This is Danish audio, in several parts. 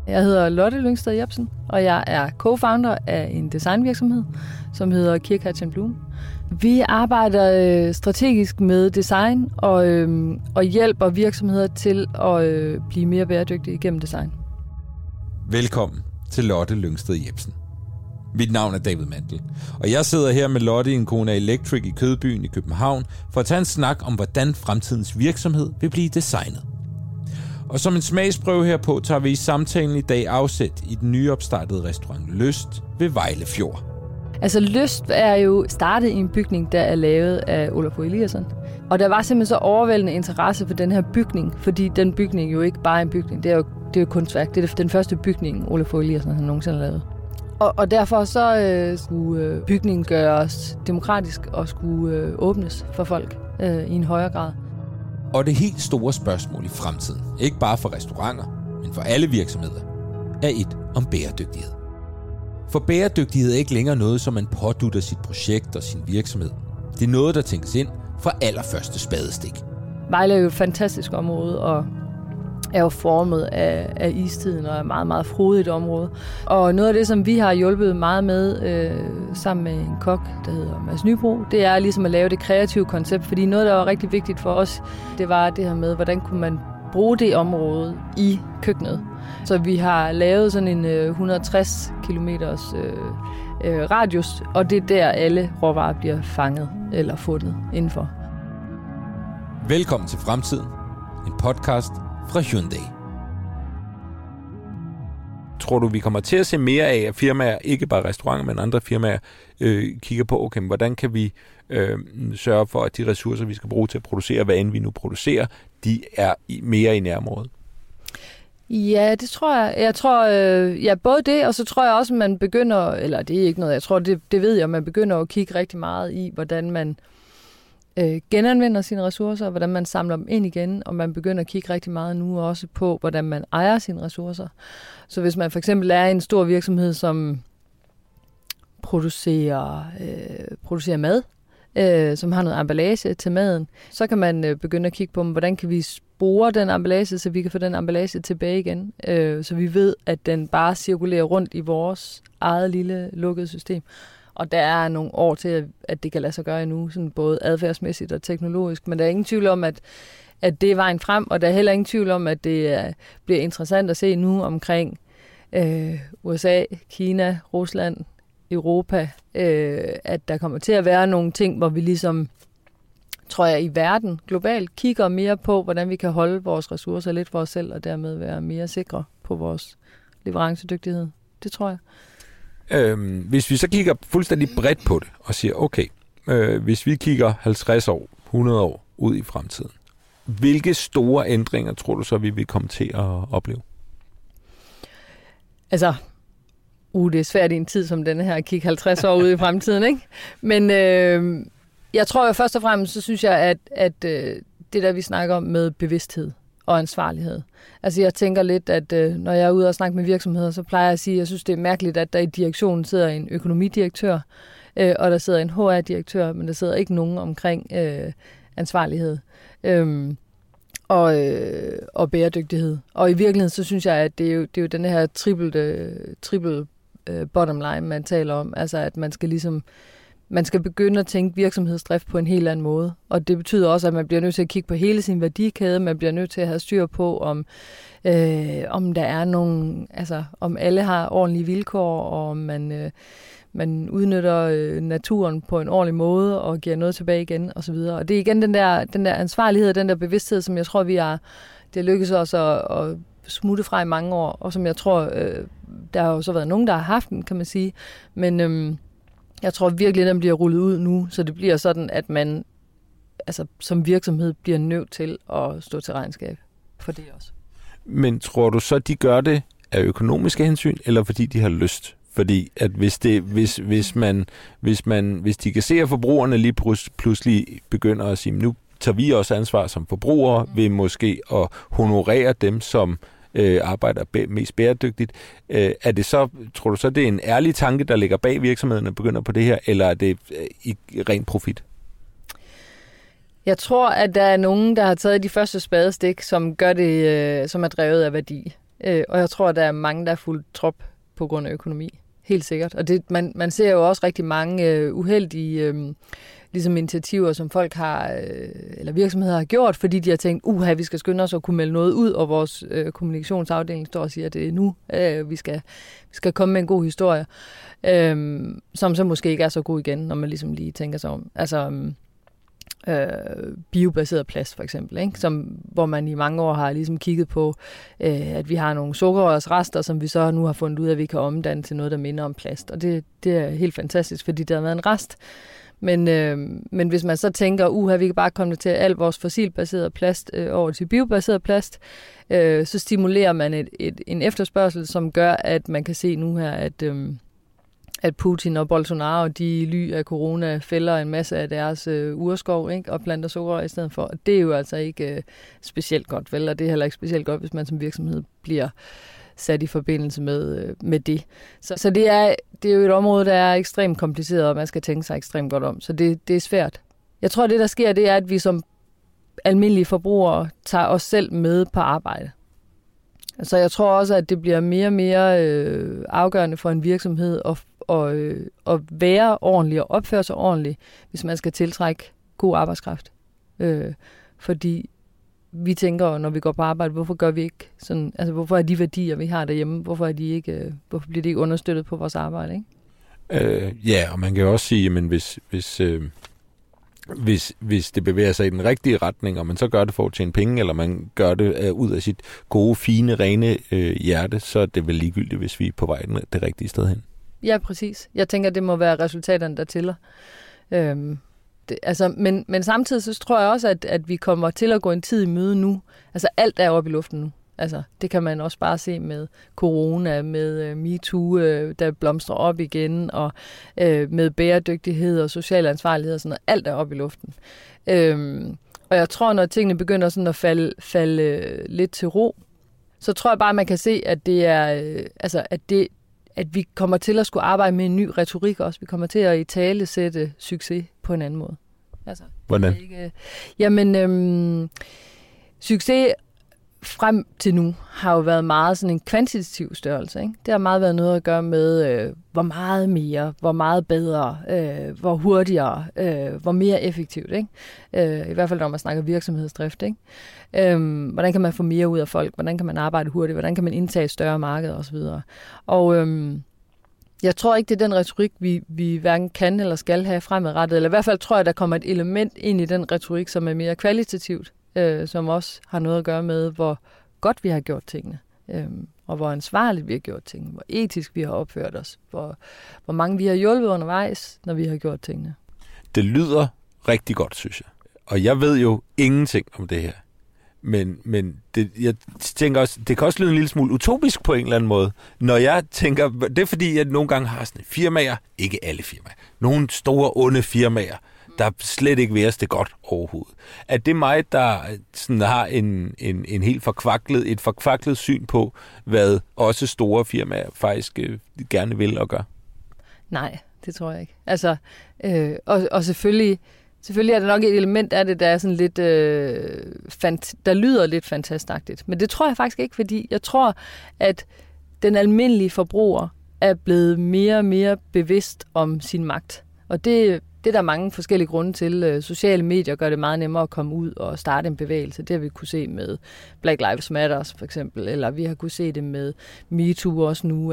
Jeg hedder Lotte Lyngsted Jepsen, og jeg er co-founder af en designvirksomhed, som hedder KirkHatch & Bloom. Vi arbejder strategisk med design og hjælper virksomheder til at blive mere bæredygtige gennem design. Velkommen til Lotte Lyngsted Jepsen. Mit navn er David Mandel, og jeg sidder her med Lotte i en Kona Electric i Kødbyen i København for at tage en snak om, hvordan fremtidens virksomhed vil blive designet. Og som en smagsprøve herpå tager vi i samtalen i dag afsæt i den nyopstartede restaurant Lyst ved Vejle Fjord. Altså Lyst er jo startet i en bygning, der er lavet af Olafur Eliasson. Og der var simpelthen så overvældende interesse for den her bygning, fordi den bygning jo ikke bare er en bygning, det er jo et kunstværk. Det er den første bygning, Olafur Eliasson har nogensinde lavet. Og derfor så skulle bygningen gøres demokratisk og skulle åbnes for folk i en højere grad. Og det helt store spørgsmål i fremtiden, ikke bare for restauranter, men for alle virksomheder, er et om bæredygtighed. For bæredygtighed er ikke længere noget, som man pådutter sit projekt og sin virksomhed. Det er noget, der tænkes ind fra allerførste spadestik. Vejle er jo et fantastisk område, og er jo formet af istiden og er et meget, meget frodigt område. Og noget af det, som vi har hjulpet meget med sammen med en kok, der hedder Mads Nybro, det er ligesom at lave det kreative koncept. Fordi noget, der var rigtig vigtigt for os, det var det her med, hvordan kunne man bruge det område i køkkenet. Så vi har lavet sådan en 160 kilometers radius, og det er der alle råvarer bliver fanget eller fundet indenfor. Velkommen til Fremtiden, en podcast fra Hyundai. Tror du, vi kommer til at se mere af, at firmaer, ikke bare restauranter, men andre firmaer, kigger på, okay, hvordan kan vi sørge for, at de ressourcer, vi skal bruge til at producere, hvad end vi nu producerer, de er mere i nærområdet? Ja, det tror jeg. Jeg tror, både det, og så tror jeg også, at man begynder, eller det er ikke noget, jeg tror, det ved jeg, man begynder at kigge rigtig meget i, hvordan man genanvender sine ressourcer, hvordan man samler dem ind igen, og man begynder at kigge rigtig meget nu også på, hvordan man ejer sine ressourcer. Så hvis man for eksempel er en stor virksomhed, som producerer mad, som har noget emballage til maden, så kan man begynde at kigge på, hvordan kan vi spore den emballage, så vi kan få den emballage tilbage igen, så vi ved, at den bare cirkulerer rundt i vores eget lille lukkede system. Og der er nogle år til, at det kan lade sig gøre endnu, sådan både adfærdsmæssigt og teknologisk. Men der er ingen tvivl om, at det er vejen frem, og der er heller ingen tvivl om, at det bliver interessant at se nu omkring USA, Kina, Rusland, Europa, at der kommer til at være nogle ting, hvor vi ligesom, tror jeg, i verden globalt kigger mere på, hvordan vi kan holde vores ressourcer lidt for os selv, og dermed være mere sikre på vores leverancedygtighed. Det tror jeg. Hvis vi så kigger fuldstændig bredt på det og siger, okay, hvis vi kigger 50 år, 100 år ud i fremtiden, hvilke store ændringer tror du så, vi vil komme til at opleve? Altså, det er svært i en tid som denne her at kigge 50 år ud i fremtiden, ikke? Men jeg tror jo først og fremmest, så synes jeg, at det der, vi snakker om med bevidsthed og ansvarlighed. Altså jeg tænker lidt, at når jeg er ude og snakke med virksomheder, så plejer jeg at sige, at jeg synes, det er mærkeligt, at der i direktionen sidder en økonomidirektør, og der sidder en HR-direktør, men der sidder ikke nogen omkring ansvarlighed og bæredygtighed. Og i virkeligheden, så synes jeg, at det er jo den her triple bottom line, man taler om. Altså at man skal begynde at tænke virksomhedsdrift på en helt anden måde. Og det betyder også, at man bliver nødt til at kigge på hele sin værdikæde. Man bliver nødt til at have styr på, om der er nogen, altså om alle har ordentlige vilkår, og om man udnytter naturen på en ordentlig måde og giver noget tilbage igen osv. Og det er igen den der ansvarlighed, den der bevidsthed, som jeg tror, det lykkes os at smutte fra i mange år, og som jeg tror, der har jo så været nogen, der har haft den, kan man sige. Men jeg tror virkelig, at den bliver rullet ud nu, så det bliver sådan, at man som virksomhed bliver nødt til at stå til regnskab for det også. Men tror du så, de gør det af økonomiske hensyn, eller fordi de har lyst? Fordi at hvis de kan se, at forbrugerne lige pludselig begynder at sige, nu tager vi også ansvar som forbrugere ved måske at honorere dem, som arbejder mest bæredygtigt. Er det så, tror du så, det er en ærlig tanke, der ligger bag virksomhederne og begynder på det her, eller er det i ren profit? Jeg tror, at der er nogen, der har taget de første spadestik, som gør det, som er drevet af værdi. Og jeg tror, at der er mange, der er fuldt trop på grund af økonomi. Helt sikkert. Og det, man ser jo også rigtig mange uheldige ligesom initiativer, som folk har, eller virksomheder har gjort, fordi de har tænkt, vi skal skynde os at kunne melde noget ud, og vores kommunikationsafdeling står og siger, at det er nu, vi skal komme med en god historie, som så måske ikke er så god igen, når man ligesom lige tænker sig om. Altså biobaseret plast for eksempel, ikke? Hvor man i mange år har ligesom kigget på, at vi har nogle sukkerrørsrester, som vi så nu har fundet ud af, at vi kan omdanne til noget, der minder om plast. Og det er helt fantastisk, fordi det har været en rest. Men hvis man så tænker, vi kan bare komme til alt vores fossilbaserede plast over til biobaseret plast, så stimulerer man en efterspørgsel, som gør, at man kan se nu her, at Putin og Bolsonaro, de ly af corona, fælder en masse af deres urskov, ikke? Og planter sukker i stedet for. Og det er jo altså ikke specielt godt, vel? Og det er heller ikke specielt godt, hvis man som virksomhed bliver sat i forbindelse med det. Så det er jo et område, der er ekstremt kompliceret, og man skal tænke sig ekstremt godt om. Så det er svært. Jeg tror, det der sker, det er, at vi som almindelige forbrugere tager os selv med på arbejde. Så jeg tror også, at det bliver mere og mere afgørende for en virksomhed at være ordentlig og opføre sig ordentligt, hvis man skal tiltrække god arbejdskraft. Fordi vi tænker, når vi går på arbejde, hvorfor gør vi ikke sådan, altså hvorfor er de værdier, vi har derhjemme, hvorfor bliver de ikke understøttet på vores arbejde, ikke? Ja, og man kan jo også sige, jamen hvis det bevæger sig i den rigtige retning, og man så gør det for at tjene penge, eller man gør det ud af sit gode, fine, rene hjerte, så er det vel ligegyldigt, hvis vi er på vej det rigtige sted hen. Ja, præcis. Jeg tænker, det må være resultaterne, der tæller. Men samtidig så tror jeg også, at vi kommer til at gå en tid i møde nu. Altså alt er oppe i luften nu. Altså, det kan man også bare se med corona, med MeToo, der blomstrer op igen, og med bæredygtighed og social ansvarlighed og sådan noget. Alt er oppe i luften. Og jeg tror, når tingene begynder sådan at falde lidt til ro, så tror jeg bare, man kan se, at det er, at vi kommer til at skulle arbejde med en ny retorik også. Vi kommer til at italesætte succes på en anden måde. Altså, hvordan? Succes frem til nu har jo været meget sådan en kvantitativ størrelse, ikke? Det har meget været noget at gøre med, hvor meget mere, hvor meget bedre, hvor hurtigere, hvor mere effektivt, ikke? I hvert fald, når man snakker virksomhedsdrift, ikke? Hvordan kan man få mere ud af folk? Hvordan kan man arbejde hurtigt? Hvordan kan man indtage et større marked? Og så videre. Og jeg tror ikke, det er den retorik, vi hverken kan eller skal have fremadrettet. Eller i hvert fald tror jeg, der kommer et element ind i den retorik, som er mere kvalitativt, som også har noget at gøre med, hvor godt vi har gjort tingene, og hvor ansvarligt vi har gjort tingene, hvor etisk vi har opført os, hvor mange vi har hjulpet undervejs, når vi har gjort tingene. Det lyder rigtig godt, synes jeg. Og jeg ved jo ingenting om det her. Men jeg tænker også, det kan også lyde en lille smule utopisk på en eller anden måde. Når jeg tænker, det er fordi, jeg nogle gange har sådan firmaer, ikke alle firmaer, nogle store, onde firmaer, der slet ikke vil os det godt overhovedet. Er det mig, der sådan har en helt forkvaklet syn på, hvad også store firmaer faktisk gerne vil og gør? Nej, det tror jeg ikke. Altså, og selvfølgelig er det nok et element af det, der er sådan lidt, der lyder lidt fantastisk. Men det tror jeg faktisk ikke, fordi jeg tror, at den almindelige forbruger er blevet mere og mere bevidst om sin magt. Og det er der mange forskellige grunde til. Sociale medier gør det meget nemmere at komme ud og starte en bevægelse. Det har vi kunne se med Black Lives Matter for eksempel, eller vi har kunne se det med MeToo også nu.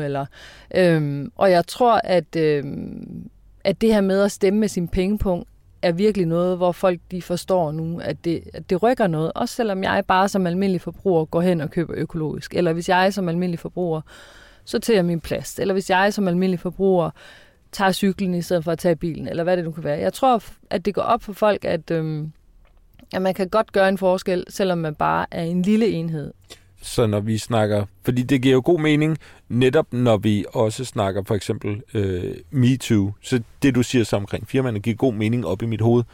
Og jeg tror, at det her med at stemme med sin pengepunkt er virkelig noget, hvor folk de forstår nu, at det rykker noget. Også selvom jeg bare som almindelig forbruger går hen og køber økologisk. Eller hvis jeg som almindelig forbruger sorterer min plast. Eller hvis jeg som almindelig forbruger tager cyklen i stedet for at tage bilen, eller hvad det nu kan være. Jeg tror, at det går op for folk, at man kan godt gøre en forskel, selvom man bare er en lille enhed. Så når vi snakker, fordi det giver jo god mening, netop når vi også snakker for eksempel MeToo, så det du siger så omkring firmaerne giver god mening op i mit hoved.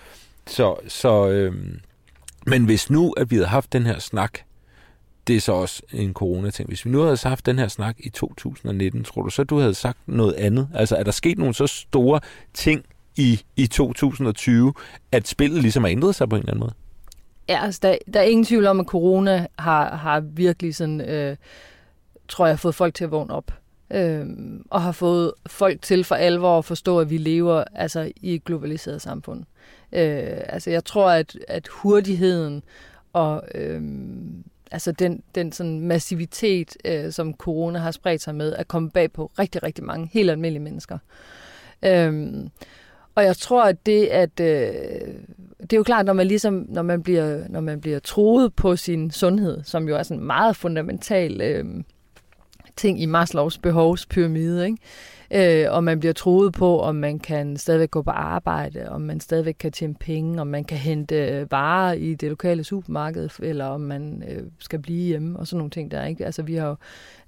Men hvis nu, at vi havde haft den her snak, det er så også en corona-ting. Hvis vi nu havde haft den her snak i 2019, tror du så, du havde sagt noget andet? Altså, er der sket nogle så store ting i 2020, at spillet ligesom har ændret sig på en eller anden måde? Ja, altså, der er ingen tvivl om, at corona har virkelig sådan, tror jeg, har fået folk til at vågne op. Og har fået folk til for alvor at forstå, at vi lever altså i et globaliseret samfund. Altså jeg tror, at hurtigheden og altså den sådan massivitet, som corona har spredt sig med, er kommet bag på rigtig, rigtig mange helt almindelige mennesker. Og jeg tror, at det er jo klart, når man bliver truet på sin sundhed, som jo er sådan en meget fundamental ting i Maslows behovspyramide, ikke? Og man bliver truet på, om man kan stadigvæk gå på arbejde, om man stadigvæk kan tjene penge, om man kan hente varer i det lokale supermarked, eller om man skal blive hjemme, og sådan nogle ting der, ikke? Altså vi har jo,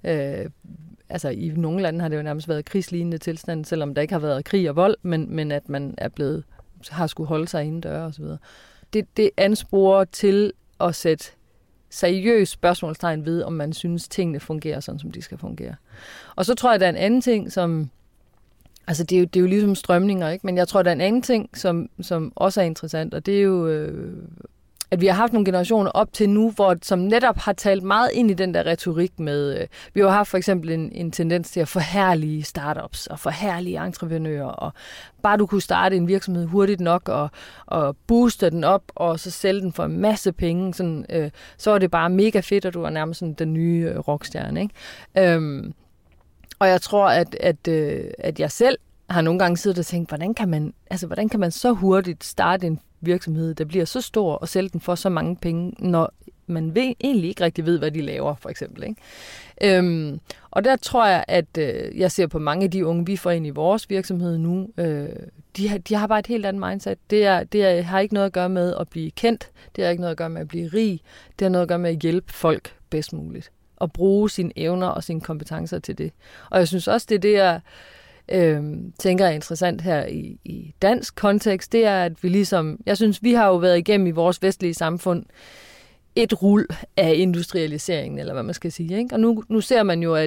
altså i nogle lande har det jo nærmest været krigslignende tilstand, selvom der ikke har været krig og vold, men at man har skulle holde sig indendør og så videre. Det ansporer til at sætte seriøst spørgsmålstegn ved, om man synes, tingene fungerer sådan, som de skal fungere. Og så tror jeg, der er en anden ting, som... Altså, det er jo ligesom strømninger, ikke? Men jeg tror, der er en anden ting, som også er interessant, og det er jo, at vi har haft nogle generationer op til nu, som netop har talt meget ind i den der retorik med... vi har haft for eksempel en tendens til at forherlige startups og forherlige entreprenører, og bare du kunne starte en virksomhed hurtigt nok og booste den op, og så sælge den for en masse penge, sådan, så var det bare mega fedt, og du var nærmest sådan den nye rockstjerne, ikke? Og jeg tror, at jeg selv har nogle gange siddet og tænkt, hvordan kan man så hurtigt starte en virksomhed, der bliver så stor, og sælge den for så mange penge, når man egentlig ikke rigtig ved, hvad de laver, for eksempel, ikke? Og der tror jeg, at jeg ser på mange af de unge, vi får ind i vores virksomhed nu, de har bare et helt andet mindset. Det har ikke noget at gøre med at blive kendt, det har ikke noget at gøre med at blive rig, det har noget at gøre med at hjælpe folk bedst muligt, og bruge sine evner og sine kompetencer til det. Og jeg synes også, det er det, jeg tænker er interessant her i dansk kontekst, det er, at vi ligesom, jeg synes, vi har jo været igennem i vores vestlige samfund et rul af industrialiseringen, eller hvad man skal sige, ikke? Og nu ser man jo,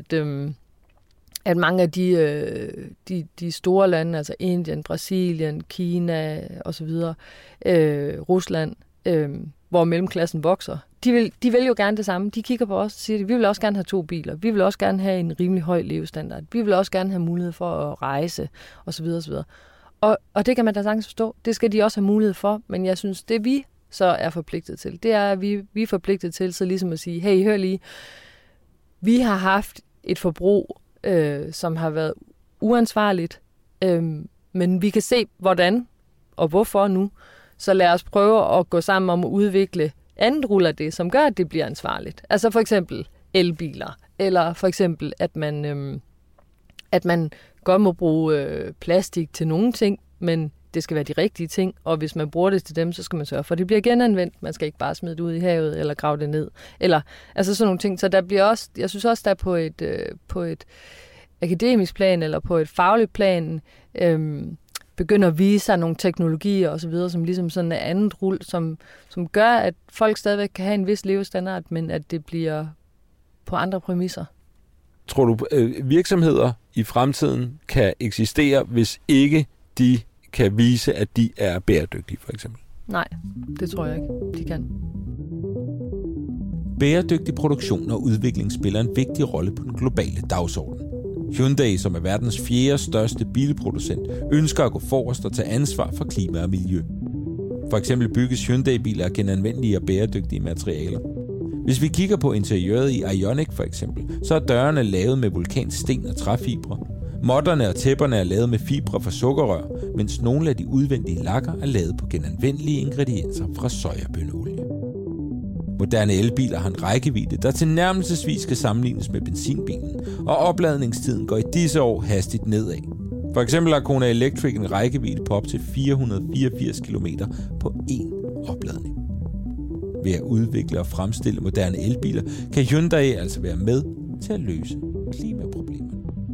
at mange af de store lande, altså Indien, Brasilien, Kina osv., Rusland, hvor mellemklassen vokser, de vil jo gerne det samme. De kigger på os og siger, vi vil også gerne have 2 biler. Vi vil også gerne have en rimelig høj levestandard. Vi vil også gerne have mulighed for at rejse osv. osv. Og det kan man da sagtens forstå. Det skal de også have mulighed for. Men jeg synes, det vi så er forpligtet til, det er, at vi er forpligtet til så ligesom at sige, hey, hør lige, vi har haft et forbrug, som har været uansvarligt, men vi kan se, hvordan og hvorfor nu. Så lad os prøve at gå sammen om at udvikle andet ruller det, som gør, at det bliver ansvarligt. Altså for eksempel elbiler, eller for eksempel, at man godt må bruge plastik til nogle ting, men det skal være de rigtige ting, og hvis man bruger det til dem, så skal man sørge for, at det bliver genanvendt. Man skal ikke bare smide det ud i havet, eller grave det ned. Eller, altså sådan nogle ting. Så der bliver også, jeg synes også, der på et akademisk plan, eller på et fagligt plan, begynder at vise sig nogle teknologier og så videre, som ligesom sådan en andet rul, som gør, at folk stadigvæk kan have en vis levestandard, men at det bliver på andre præmisser. Tror du, virksomheder i fremtiden kan eksistere, hvis ikke de kan vise, at de er bæredygtige, for eksempel? Nej, det tror jeg ikke, de kan. Bæredygtig produktion og udvikling spiller en vigtig rolle på den globale dagsorden. Hyundai, som er verdens 4. største bilproducent, ønsker at gå forrest og tage ansvar for klima og miljø. For eksempel bygges Hyundai-biler af genanvendelige og bæredygtige materialer. Hvis vi kigger på interiøret i Ioniq for eksempel, så er dørene lavet med vulkansten og træfibre. Måtterne og tæpperne er lavet med fibre fra sukkerrør, mens nogle af de udvendige lakker er lavet på genanvendelige ingredienser fra sojabønneolie. Moderne elbiler har en rækkevidde, der tilnærmelsesvis skal sammenlignes med benzinbilen, og opladningstiden går i disse år hastigt nedad. For eksempel har Kona Electric en rækkevidde på op til 484 km på én opladning. Ved at udvikle og fremstille moderne elbiler, kan Hyundai altså være med til at løse klimaproblemerne.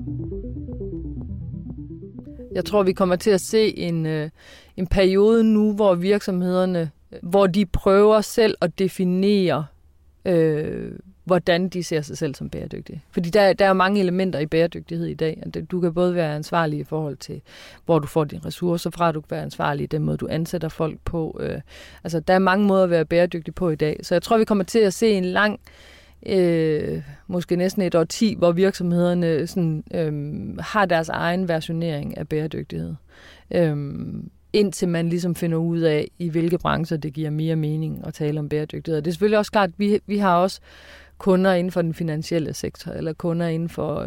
Jeg tror, vi kommer til at se en periode nu, hvor virksomhederne, hvor de prøver selv at definere, hvordan de ser sig selv som bæredygtige. Fordi der er mange elementer i bæredygtighed i dag. Du kan både være ansvarlig i forhold til, hvor du får dine ressourcer fra, du kan være ansvarlig i den måde, du ansætter folk på. Altså, der er mange måder at være bæredygtig på i dag. Så jeg tror, vi kommer til at se måske næsten et årti, hvor virksomhederne sådan, har deres egen versionering af bæredygtighed. Indtil man ligesom finder ud af, i hvilke brancher det giver mere mening at tale om bæredygtighed. Og det er selvfølgelig også klart, at vi har også kunder inden for den finansielle sektor, eller kunder inden for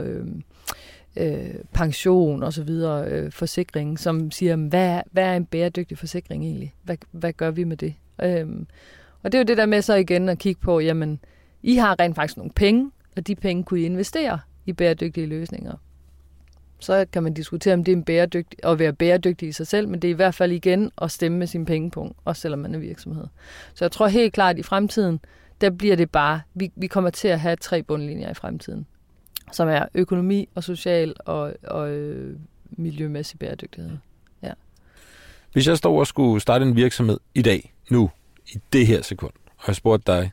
pension og så videre, forsikring, som siger, hvad er en bæredygtig forsikring egentlig? Hvad gør vi med det? Og det er jo det der med så igen at kigge på, jamen, I har rent faktisk nogle penge, og de penge kunne I investere i bæredygtige løsninger. Så kan man diskutere, om det er at være bæredygtig i sig selv, men det er i hvert fald igen at stemme med sin pengepunkt, også selvom man er virksomhed. Så jeg tror helt klart, at i fremtiden, der bliver det bare, vi kommer til at have 3 bundlinjer i fremtiden, som er økonomi og social og miljømæssig bæredygtighed. Ja. Hvis jeg står og skulle starte en virksomhed i dag, nu, i det her sekund, og jeg spurgte dig,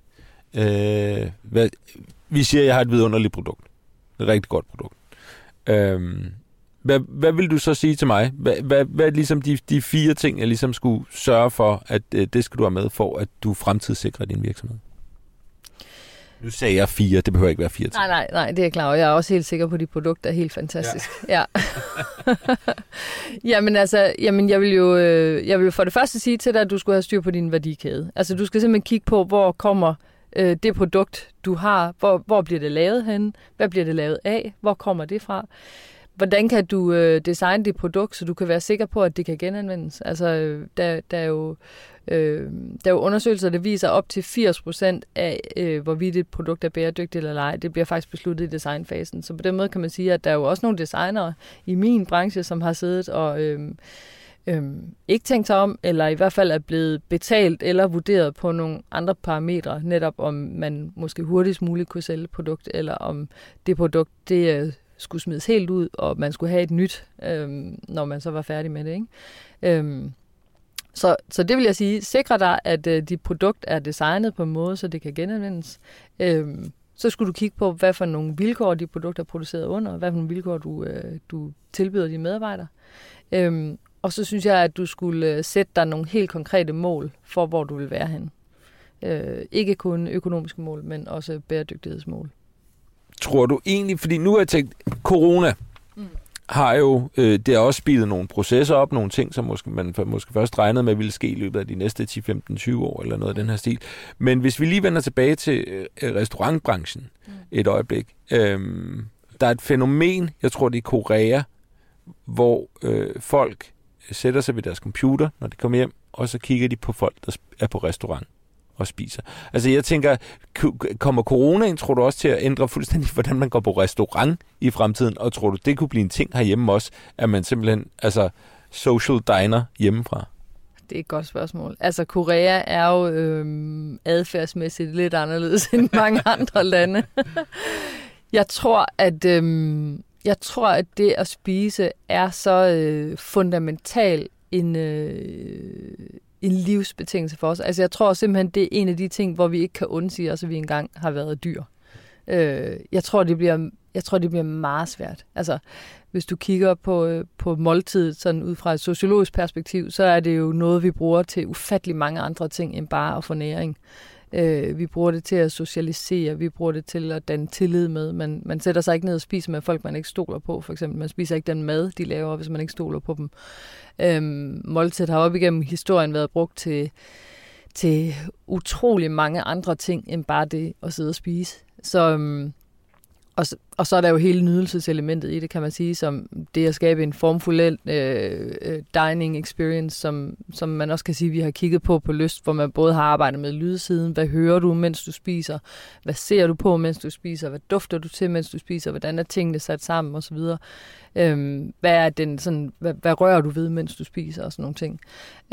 vi siger, at jeg har et vidunderligt produkt. Et rigtig godt produkt. Hvad vil du så sige til mig? Hvad er ligesom de 4 ting, jeg ligesom skulle sørge for, at det skal du have med, for at du fremtidssikrer din virksomhed? Nu sagde jeg 4, det behøver ikke være 4 ting. Nej, det er jeg klar over. Jeg er også helt sikker på, at de produkter er helt fantastisk. Ja. Jamen, jeg vil for det første sige til dig, at du skulle have styr på din værdikæde. Altså, du skal simpelthen kigge på, hvor kommer det produkt, du har, hvor bliver det lavet henne? Hvad bliver det lavet af? Hvor kommer det fra? Hvordan kan du designe dit produkt, så du kan være sikker på, at det kan genanvendes? Altså, der er jo undersøgelser, der viser op til 80% af, hvorvidt et produkt er bæredygtigt eller ej. Det bliver faktisk besluttet i designfasen. Så på den måde kan man sige, at der er jo også nogle designere i min branche, som har siddet og ikke tænkt sig om, eller i hvert fald er blevet betalt eller vurderet på nogle andre parametre, netop om man måske hurtigst muligt kunne sælge et produkt, eller om det produkt, det skulle smides helt ud, og man skulle have et nyt, når man så var færdig med det, ikke? Så det vil jeg sige, sikre dig, at dit produkt er designet på en måde, så det kan genanvendes. Så skulle du kigge på, hvad for nogle vilkår de produkter er produceret under, hvad for nogle vilkår du tilbyder dine medarbejdere. Og så synes jeg, at du skulle sætte dig nogle helt konkrete mål for, hvor du vil være henne. Ikke kun økonomiske mål, men også bæredygtighedsmål. Tror du egentlig, fordi nu har jeg tænkt, corona har jo, det har også speedet nogle processer op, nogle ting, som man måske først regnede med, ville ske i løbet af de næste 10, 15, 20 år, eller noget af den her stil. Men hvis vi lige vender tilbage til restaurantbranchen et øjeblik, der er et fænomen, jeg tror det er Korea, hvor folk sætter sig ved deres computer, når de kommer hjem, og så kigger de på folk, der er på restaurant og spiser. Altså jeg tænker, kommer coronaen, tror du også til at ændre fuldstændig, hvordan man går på restaurant i fremtiden, og tror du, det kunne blive en ting herhjemme også, at man simpelthen, altså social diner hjemmefra? Det er et godt spørgsmål. Altså Korea er jo adfærdsmæssigt lidt anderledes end mange andre lande. Jeg tror, at det at spise er så fundamental en livsbetingelse for os. Altså jeg tror simpelthen, det er en af de ting, hvor vi ikke kan undsige os, at vi engang har været dyr. Jeg tror, det bliver meget svært. Altså, hvis du kigger på måltid sådan ud fra et sociologisk perspektiv, så er det jo noget, vi bruger til ufattelig mange andre ting, end bare at få næring. Vi bruger det til at socialisere, vi bruger det til at danne tillid med. Man sætter sig ikke ned og spiser med folk, man ikke stoler på, for eksempel. Man spiser ikke den mad, de laver, hvis man ikke stoler på dem. Måltid har op igennem historien været brugt til utrolig mange andre ting, end bare det at sidde og spise. Og så er der jo hele nydelseselementet i det, kan man sige, som det at skabe en formfuld dining experience, som man også kan sige, vi har kigget på lyst, hvor man både har arbejdet med lydsiden, hvad hører du, mens du spiser, hvad ser du på, mens du spiser, hvad dufter du til, mens du spiser, hvordan er tingene sat sammen osv. Hvad rører du ved, mens du spiser og sådan nogle ting.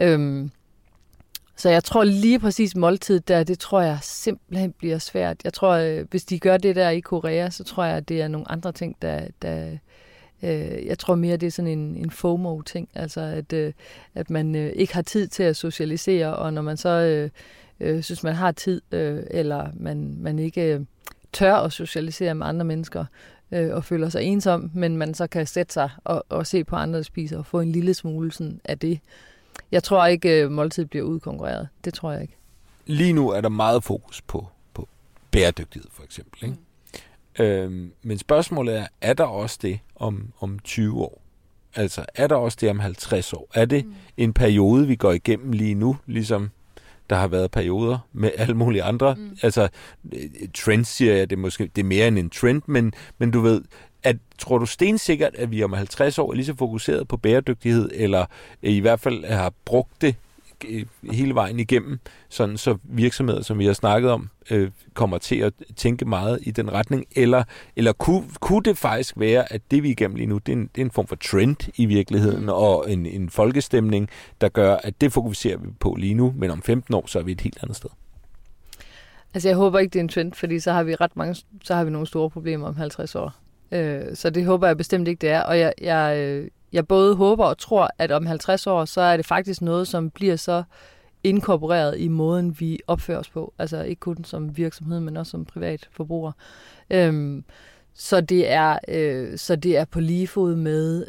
Så jeg tror lige præcis måltid der, det tror jeg simpelthen bliver svært. Jeg tror, hvis de gør det der i Korea, så tror jeg, at det er nogle andre ting, jeg tror mere, det er sådan en FOMO-ting. Altså, at man ikke har tid til at socialisere, og når man så synes, man har tid, eller man ikke tør at socialisere med andre mennesker, og føler sig ensom, men man så kan sætte sig og se på andre, der spiser, og få en lille smule sådan af det. Jeg tror ikke, måltid bliver udkonkurreret. Det tror jeg ikke. Lige nu er der meget fokus på bæredygtighed for eksempel. Ikke? Men spørgsmålet er der også det om 20 år? Altså, er der også det om 50 år? Er det en periode, vi går igennem lige nu, ligesom der har været perioder med alle mulige andre? Altså, trend siger jeg, det er mere end en trend, men du ved, tror du stensikkert, at vi om 50 år er lige så fokuseret på bæredygtighed, eller i hvert fald har brugt det hele vejen igennem, sådan så virksomheder, som vi har snakket om, kommer til at tænke meget i den retning, eller kunne det faktisk være, at det vi er igennem lige nu, det er en form for trend i virkeligheden, og en folkestemning, der gør, at det fokuserer vi på lige nu, men om 15 år, så er vi et helt andet sted. Altså jeg håber ikke, det er en trend, fordi så har vi nogle store problemer om 50 år. Så det håber jeg bestemt ikke, det er, og jeg både håber og tror, at om 50 år, så er det faktisk noget, som bliver så inkorporeret i måden, vi opfører os på. Altså ikke kun som virksomhed, men også som privat forbruger. Så det er på lige fod med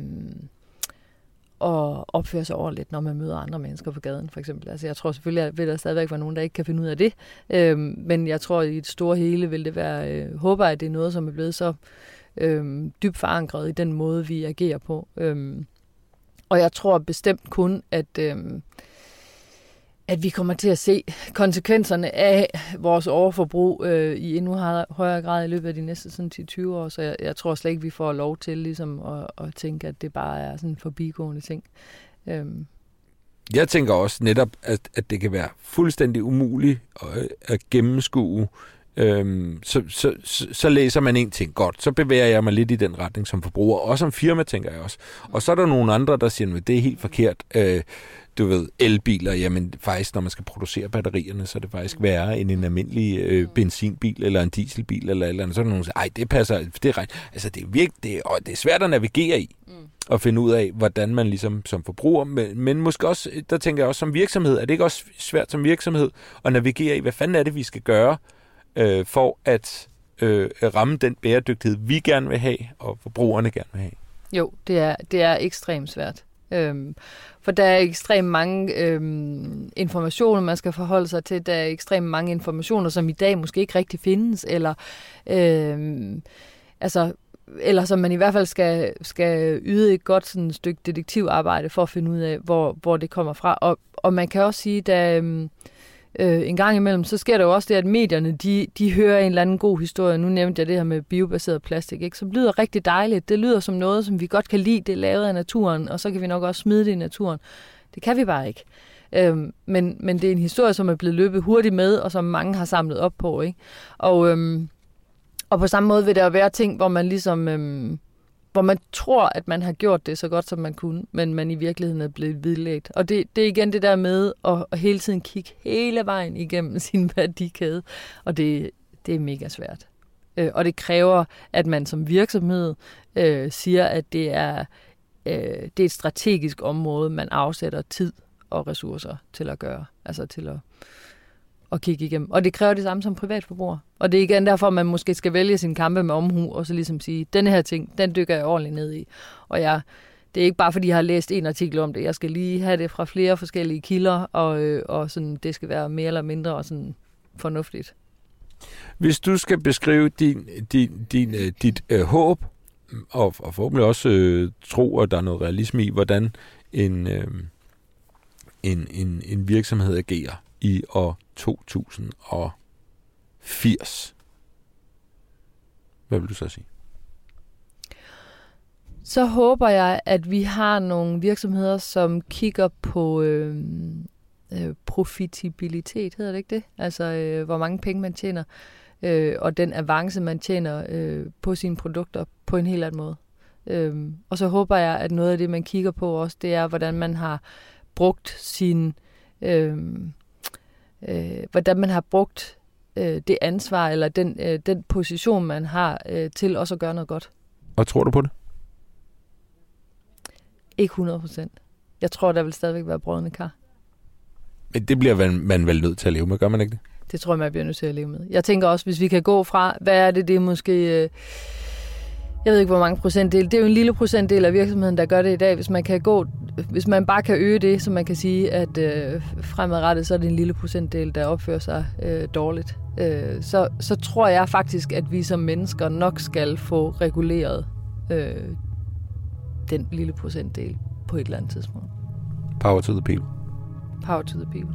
at opføre sig ordentligt, når man møder andre mennesker på gaden, for eksempel. Altså jeg tror selvfølgelig, at der stadigvæk være nogen, der ikke kan finde ud af det. Men jeg tror, i det store hele vil det være, håber at det er noget, som er blevet så dybt forankret i den måde, vi agerer på. Og jeg tror bestemt kun, at vi kommer til at se konsekvenserne af vores overforbrug i endnu højere grad i løbet af de næste sådan 10-20 år. Så jeg tror slet ikke, vi får lov til ligesom at tænke, at det bare er sådan en forbigående ting. Jeg tænker også netop, at det kan være fuldstændig umuligt at gennemskue. Så læser man en ting godt, så bevæger jeg mig lidt i den retning som forbruger, og som firma, tænker jeg også. Og så er der nogle andre, der siger, at det er helt forkert. Du ved, elbiler, jamen faktisk, når man skal producere batterierne, så er det faktisk værre end en almindelig benzinbil eller en dieselbil eller andet. Så er der nogen, der siger, ej, det passer, det er rent. Altså, det er virkelig, det er svært at navigere i, og finde ud af, hvordan man ligesom som forbruger, men måske også, der tænker jeg også som virksomhed, er det ikke også svært som virksomhed at navigere i, hvad fanden er det, vi skal gøre, for at ramme den bæredygtighed, vi gerne vil have, og forbrugerne gerne vil have? Jo, det er ekstremt svært. For der er ekstremt mange informationer, man skal forholde sig til. Der er ekstremt mange informationer, som i dag måske ikke rigtig findes, eller som man i hvert fald skal yde et godt sådan stykke detektivarbejde for at finde ud af, hvor det kommer fra. Og man kan også sige, at en gang imellem, så sker der jo også det, at medierne, de hører en eller anden god historie. Nu nævnte jeg det her med biobaseret plastik, ikke? Som lyder rigtig dejligt. Det lyder som noget, som vi godt kan lide. Det er lavet af naturen, og så kan vi nok også smide det i naturen. Det kan vi bare ikke. Men det er en historie, som er blevet løbet hurtigt med, og som mange har samlet op på, ikke? Og på samme måde vil der være ting, hvor man ligesom hvor man tror, at man har gjort det så godt, som man kunne, men man i virkeligheden er blevet vildledt. Og det er igen det der med at hele tiden kigge hele vejen igennem sin værdikæde, og det er mega svært. Og det kræver, at man som virksomhed siger, at det er et strategisk område, man afsætter tid og ressourcer til at gøre, altså til at kigge igennem. Og det kræver det samme som privatforbruger. Og det er igen derfor, man måske skal vælge sin kampe med omhu, og så ligesom sige, denne her ting, den dykker jeg ordentligt ned i. Og det er ikke bare, fordi jeg har læst en artikel om det. Jeg skal lige have det fra flere forskellige kilder, og sådan, det skal være mere eller mindre og sådan fornuftigt. Hvis du skal beskrive dit håb, og forhåbentlig også tro, at der er noget realisme i, hvordan en virksomhed agerer i år 2080. Hvad vil du så sige? Så håber jeg, at vi har nogle virksomheder, som kigger på profitabilitet, hedder det ikke det? Altså, hvor mange penge man tjener, og den avance, man tjener på sine produkter på en helt anden måde. Og så håber jeg, at noget af det, man kigger på også, det er, hvordan man har brugt hvordan man har brugt det ansvar, eller den position, man har til også at gøre noget godt. Og tror du på det? Ikke 100%. Jeg tror, der vil stadigvæk være brodne kar. Men det bliver man vel nødt til at leve med, gør man ikke det? Det tror jeg, man bliver nødt til at leve med. Jeg tænker også, hvis vi kan gå fra, hvad er det måske Jeg ved ikke, hvor mange procentdel. Det er jo en lille procentdel af virksomheden, der gør det i dag. Hvis man bare kan øge det, så man kan sige, at fremadrettet, så er det en lille procentdel, der opfører sig dårligt. Så tror jeg faktisk, at vi som mennesker nok skal få reguleret den lille procentdel på et eller andet tidspunkt. Power to the people. Power to the people.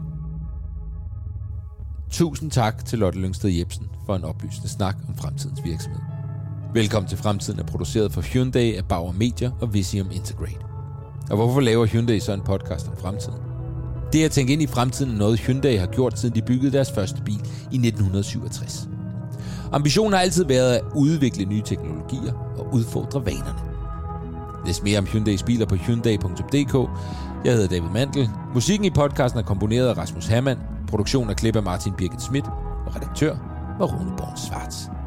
Tusind tak til Lotte Lyngsted Jepsen for en oplysende snak om fremtidens virksomhed. Velkommen til Fremtiden er produceret for Hyundai af Bauer Media og Visium Integrate. Og hvorfor laver Hyundai så en podcast om fremtiden? Det at tænke ind i fremtiden er noget Hyundai har gjort, siden de byggede deres første bil i 1967. Ambitionen har altid været at udvikle nye teknologier og udfordre vanerne. Læs mere om Hyundais biler på hyundai.dk. Jeg hedder David Mandel. Musikken i podcasten er komponeret af Rasmus Hammann. Produktion er klip af Martin Birgit Schmidt. Og redaktør var Rune Born Schwartz.